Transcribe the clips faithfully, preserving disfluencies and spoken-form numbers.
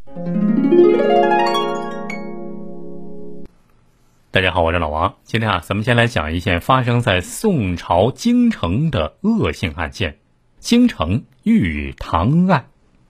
大家好，我是老王。今天啊，咱们先来讲一件发生在宋朝京城的恶性案件——京城玉堂案。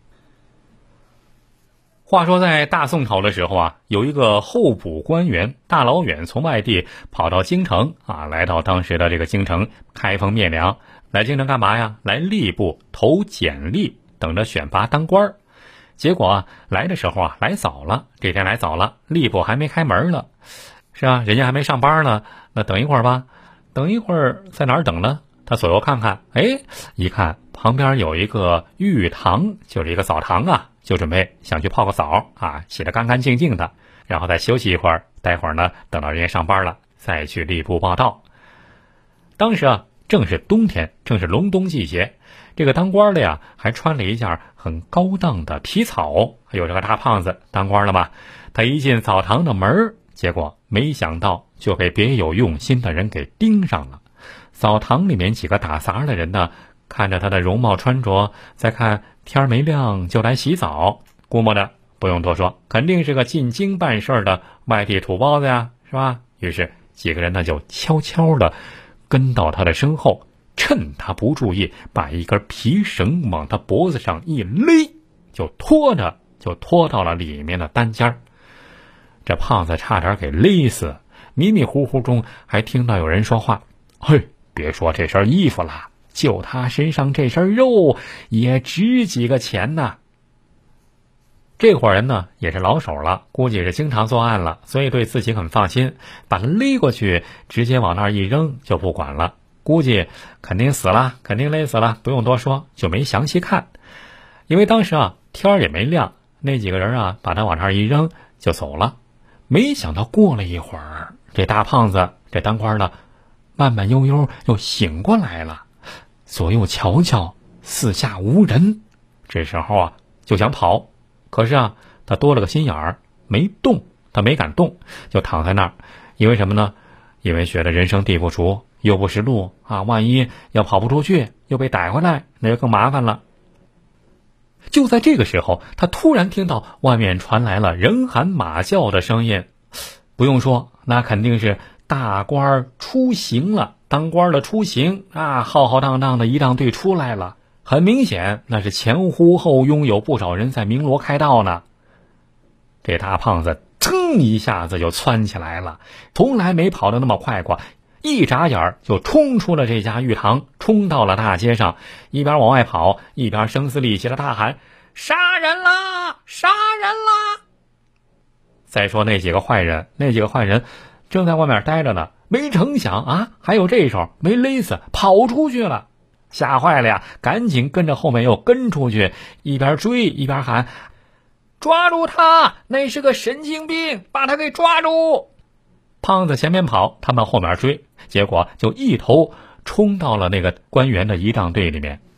话说在大宋朝的时候啊，有一个候补官员大老远从外地跑到京城啊，来到当时的这个京城开封汴梁，来京城干嘛呀？来吏部投简历，等着选拔当官。结果啊，来的时候啊，来早了，这天来早了，吏部还没开门呢。是啊，人家还没上班呢，那等一会儿吧。等一会儿在哪儿等呢？他左右看看，哎，一看旁边有一个浴堂，就是一个澡堂啊，就准备想去泡个澡啊，洗得干干净净的，然后再休息一会儿，待会儿呢，等到人家上班了，再去吏部报到。当时啊，正是冬天，正是隆冬季节，这个当官的呀，还穿了一件很高档的皮草。有这个大胖子当官了嘛，他一进澡堂的门，结果没想到就被别有用心的人给盯上了。澡堂里面几个打杂的人呢，看着他的容貌穿着，再看天没亮就来洗澡，估摸着不用多说，肯定是个进京办事的外地土包子呀，是吧？于是几个人呢就悄悄的跟到他的身后，趁他不注意，把一根皮绳往他脖子上一勒，就拖着就拖到了里面的单间。这胖子差点给勒死，迷迷糊糊中还听到有人说话：“嘿，别说这身衣服了，就他身上这身肉也值几个钱呢。”这伙人呢也是老手了，估计是经常作案了，所以对自己很放心，把他勒过去，直接往那儿一扔就不管了。估计肯定死了，肯定勒死了，不用多说，就没详细看。因为当时啊天也没亮，那几个人啊把他往那儿一扔就走了。没想到过了一会儿，这大胖子这当官的慢慢悠悠又醒过来了，左右瞧瞧，四下无人。这时候啊就想跑，可是啊他多了个心眼儿，没动，他没敢动，就躺在那儿。因为什么呢？因为觉得人生地不熟，又不识路啊，万一要跑不出去又被逮回来，那就更麻烦了。就在这个时候，他突然听到外面传来了人喊马叫的声音。不用说，那肯定是大官出行了，当官的出行啊，浩浩荡荡的一大队出来了。很明显，那是前呼后拥，有不少人在鸣锣开道呢。这大胖子噌一下子就窜起来了，从来没跑得那么快过，一眨眼就冲出了这家浴堂，冲到了大街上，一边往外跑，一边声嘶力竭的大喊：“杀人啦！杀人啦！”再说那几个坏人，那几个坏人正在外面待着呢，没成想啊，还有这手，没勒死，跑出去了，吓坏了呀，赶紧跟着后面又跟出去，一边追一边喊：“抓住他！那是个神经病，把他给抓住！”胖子前面跑，他们后面追，结果就一头冲到了那个官员的仪仗队里面。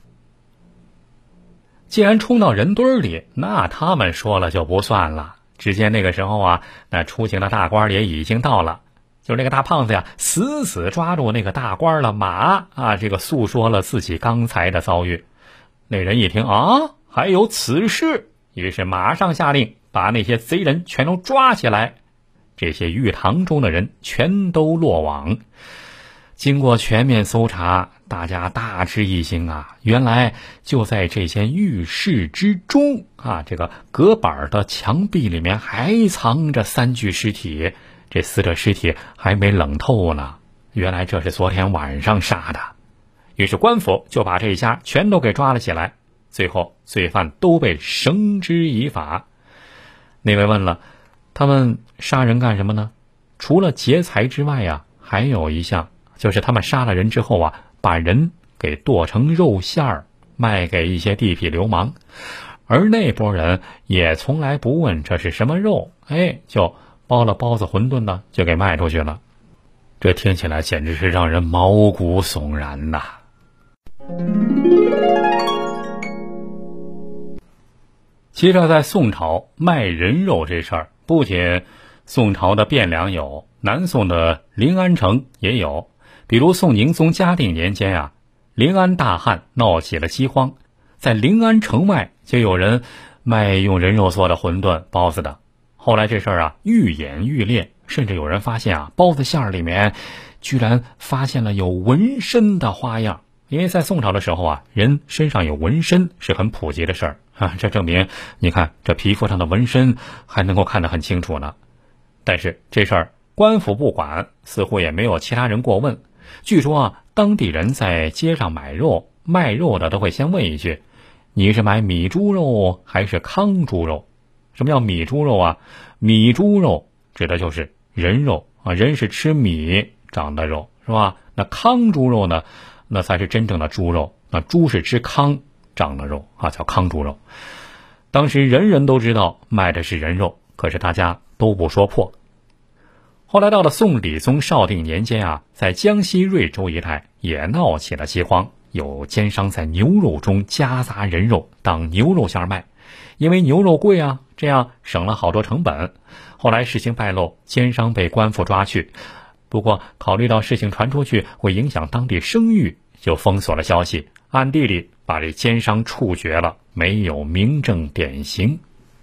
既然冲到人堆里，那他们说了就不算了。只见那个时候啊，那出行的大官也已经到了，就是那个大胖子呀，死死抓住那个大官的马啊，这个诉说了自己刚才的遭遇。那人一听啊，还有此事，于是马上下令把那些贼人全都抓起来。这些浴堂中的人全都落网。经过全面搜查，大家大吃一惊啊！原来就在这间浴室之中啊，这个隔板的墙壁里面还藏着三具尸体，这死者尸体还没冷透呢。原来这是昨天晚上杀的。于是官府就把这一家全都给抓了起来，最后罪犯都被绳之以法。那位问了，他们杀人干什么呢？除了劫财之外啊，还有一项，就是他们杀了人之后啊，把人给剁成肉馅儿，卖给一些地痞流氓。而那波人也从来不问这是什么肉，哎，就包了包子馄饨呢，就给卖出去了。这听起来简直是让人毛骨悚然呐。其实在宋朝卖人肉这事儿，不仅宋朝的汴梁有，南宋的临安城也有。比如宋宁宗嘉定年间啊，临安大旱，闹起了饥荒，在临安城外就有人卖用人肉做的馄饨、包子的。后来这事儿啊愈演愈烈，甚至有人发现啊，包子馅儿里面居然发现了有纹身的花样。因为在宋朝的时候啊，人身上有纹身是很普及的事儿啊，这证明你看这皮肤上的纹身还能够看得很清楚呢。但是这事儿官府不管，似乎也没有其他人过问。据说啊，当地人在街上买肉，卖肉的都会先问一句：你是买米猪肉还是糠猪肉？什么叫米猪肉啊？米猪肉指的就是人肉啊，人是吃米长的肉，是吧？那糠猪肉呢，那才是真正的猪肉，那猪是吃糠长的肉啊，叫糠猪肉。当时人人都知道卖的是人肉，可是大家都不说破。后来到了宋理宗绍定年间啊，在江西瑞州一带也闹起了饥荒，有奸商在牛肉中夹杂人肉当牛肉馅卖，因为牛肉贵啊，这样省了好多成本。后来事情败露，奸商被官府抓去，不过考虑到事情传出去会影响当地声誉，就封锁了消息，暗地里把这奸商处决了，没有明正典刑。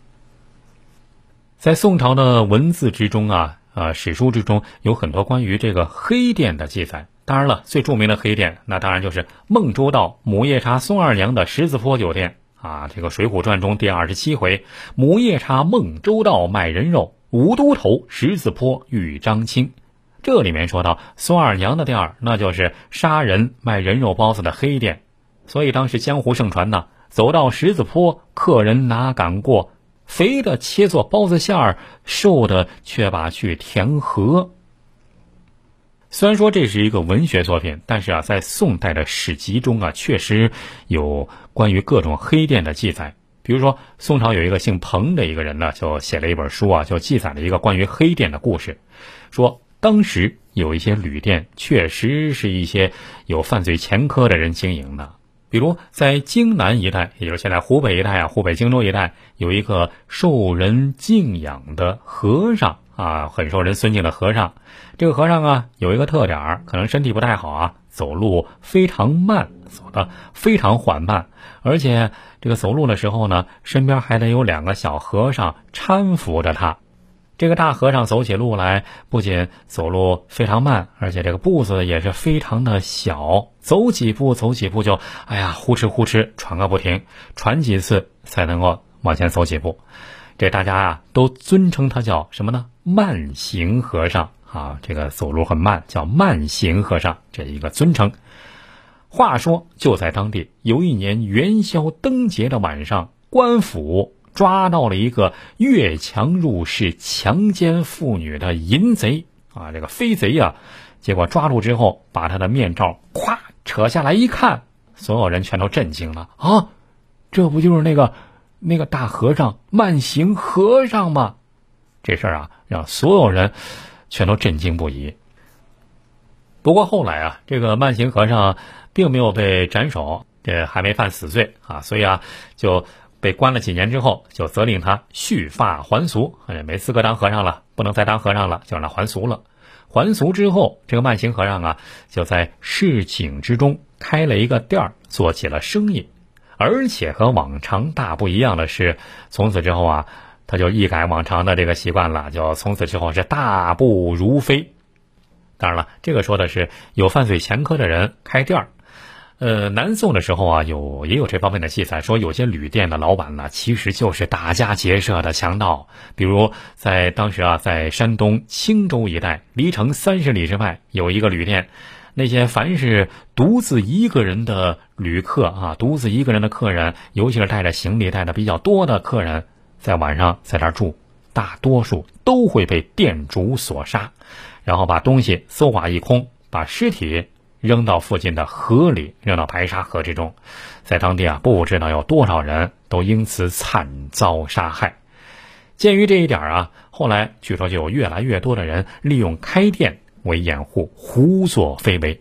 在宋朝的文字之中啊，呃，史书之中有很多关于这个黑店的记载。当然了，最著名的黑店，那当然就是孟州道母夜叉孙二娘的十字坡酒店啊。这个《水浒传》中第二十七回，母夜叉孟州道卖人肉，五都头十字坡遇张青。这里面说到孙二娘的店儿，那就是杀人卖人肉包子的黑店。所以当时江湖盛传呢，走到十字坡，客人哪敢过？肥的切做包子馅儿，瘦的却把去填河。虽然说这是一个文学作品，但是啊，在宋代的史籍中啊，确实有关于各种黑店的记载。比如说，宋朝有一个姓彭的一个人呢，就写了一本书啊，就记载了一个关于黑店的故事，说当时有一些旅店确实是一些有犯罪前科的人经营的。比如在京南一带，也就是现在湖北一带啊，湖北荆州一带，有一个受人敬仰的和尚啊，很受人尊敬的和尚。这个和尚啊，有一个特点，可能身体不太好啊，走路非常慢，走得非常缓慢，而且这个走路的时候呢，身边还得有两个小和尚搀扶着他。这个大和尚走起路来不仅走路非常慢，而且这个步子也是非常的小，走几步走几步就哎呀呼哧呼哧喘个不停，喘几次才能够往前走几步。这大家啊都尊称他叫什么呢？慢行和尚啊，这个走路很慢，叫慢行和尚，这一个尊称。话说就在当地有一年元宵灯节的晚上，官府抓到了一个越墙入室强奸妇女的淫贼啊，这个飞贼啊，结果抓住之后，把他的面罩咵扯下来一看，所有人全都震惊了啊！这不就是那个那个大和尚慢行和尚吗？这事儿啊，让所有人全都震惊不已。不过后来啊，这个慢行和尚并没有被斩首，这还没犯死罪啊，所以啊，就被关了几年之后，就责令他蓄发还俗，没资格当和尚了，不能再当和尚了，就让他还俗了。还俗之后，这个慢行和尚啊，就在市井之中开了一个店儿，做起了生意。而且和往常大不一样的是，从此之后啊，他就一改往常的这个习惯了，就从此之后是大步如飞。当然了，这个说的是有犯罪前科的人开店儿。呃，南宋的时候啊，有也有这方面的记载，说有些旅店的老板呢，其实就是打家劫舍的强盗。比如在当时啊，在山东青州一带，离城三十里之外有一个旅店，那些凡是独自一个人的旅客啊，独自一个人的客人，尤其是带着行李带的比较多的客人，在晚上在这儿住，大多数都会被店主所杀，然后把东西搜刮一空，把尸体扔到附近的河里，扔到白沙河之中。在当地啊，不知道有多少人都因此惨遭杀害。鉴于这一点啊，后来据说就有越来越多的人利用开店为掩护，胡作非为。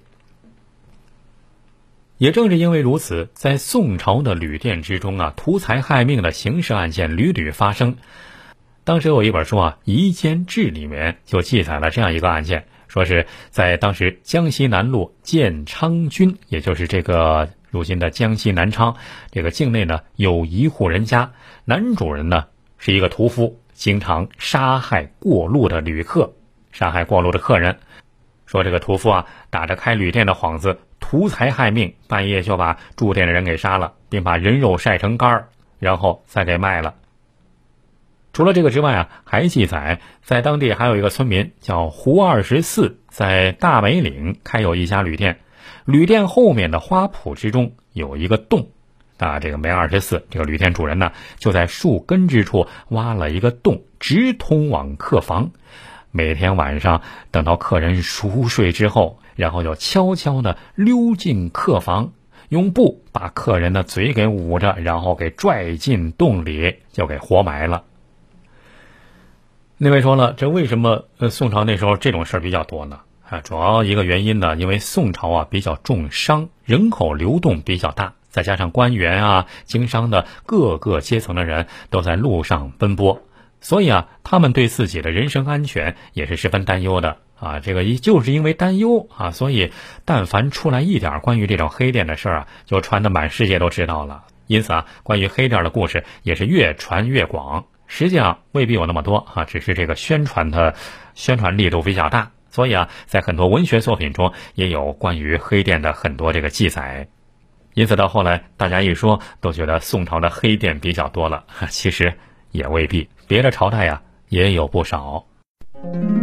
也正是因为如此，在宋朝的旅店之中啊，图财害命的刑事案件屡屡发生。当时有一本书啊，《夷坚志》里面就记载了这样一个案件，说是在当时江西南路建昌军，也就是这个如今的江西南昌，这个境内呢有一户人家，男主人呢是一个屠夫，经常杀害过路的旅客，杀害过路的客人。说这个屠夫啊，打着开旅店的幌子，图财害命，半夜就把住店的人给杀了，并把人肉晒成干儿，然后再给卖了。除了这个之外啊，还记载在当地还有一个村民叫胡二十四，在大梅岭开有一家旅店，旅店后面的花圃之中有一个洞，啊，这个梅二十四这个旅店主人呢，就在树根之处挖了一个洞，直通往客房。每天晚上等到客人熟睡之后，然后就悄悄地溜进客房，用布把客人的嘴给捂着，然后给拽进洞里，就给活埋了。那位说了，这为什么呃宋朝那时候这种事儿比较多呢？啊，主要一个原因呢，因为宋朝啊比较重商，人口流动比较大，再加上官员啊、经商的各个阶层的人都在路上奔波，所以啊，他们对自己的人身安全也是十分担忧的啊。这个一就是因为担忧啊，所以但凡出来一点关于这种黑店的事儿啊，就传得满世界都知道了。因此啊，关于黑店的故事也是越传越广。实际上未必有那么多啊，只是这个宣传的宣传力度比较大，所以啊，在很多文学作品中也有关于黑店的很多这个记载。因此到后来大家一说都觉得宋朝的黑店比较多了，其实也未必，别的朝代啊也有不少。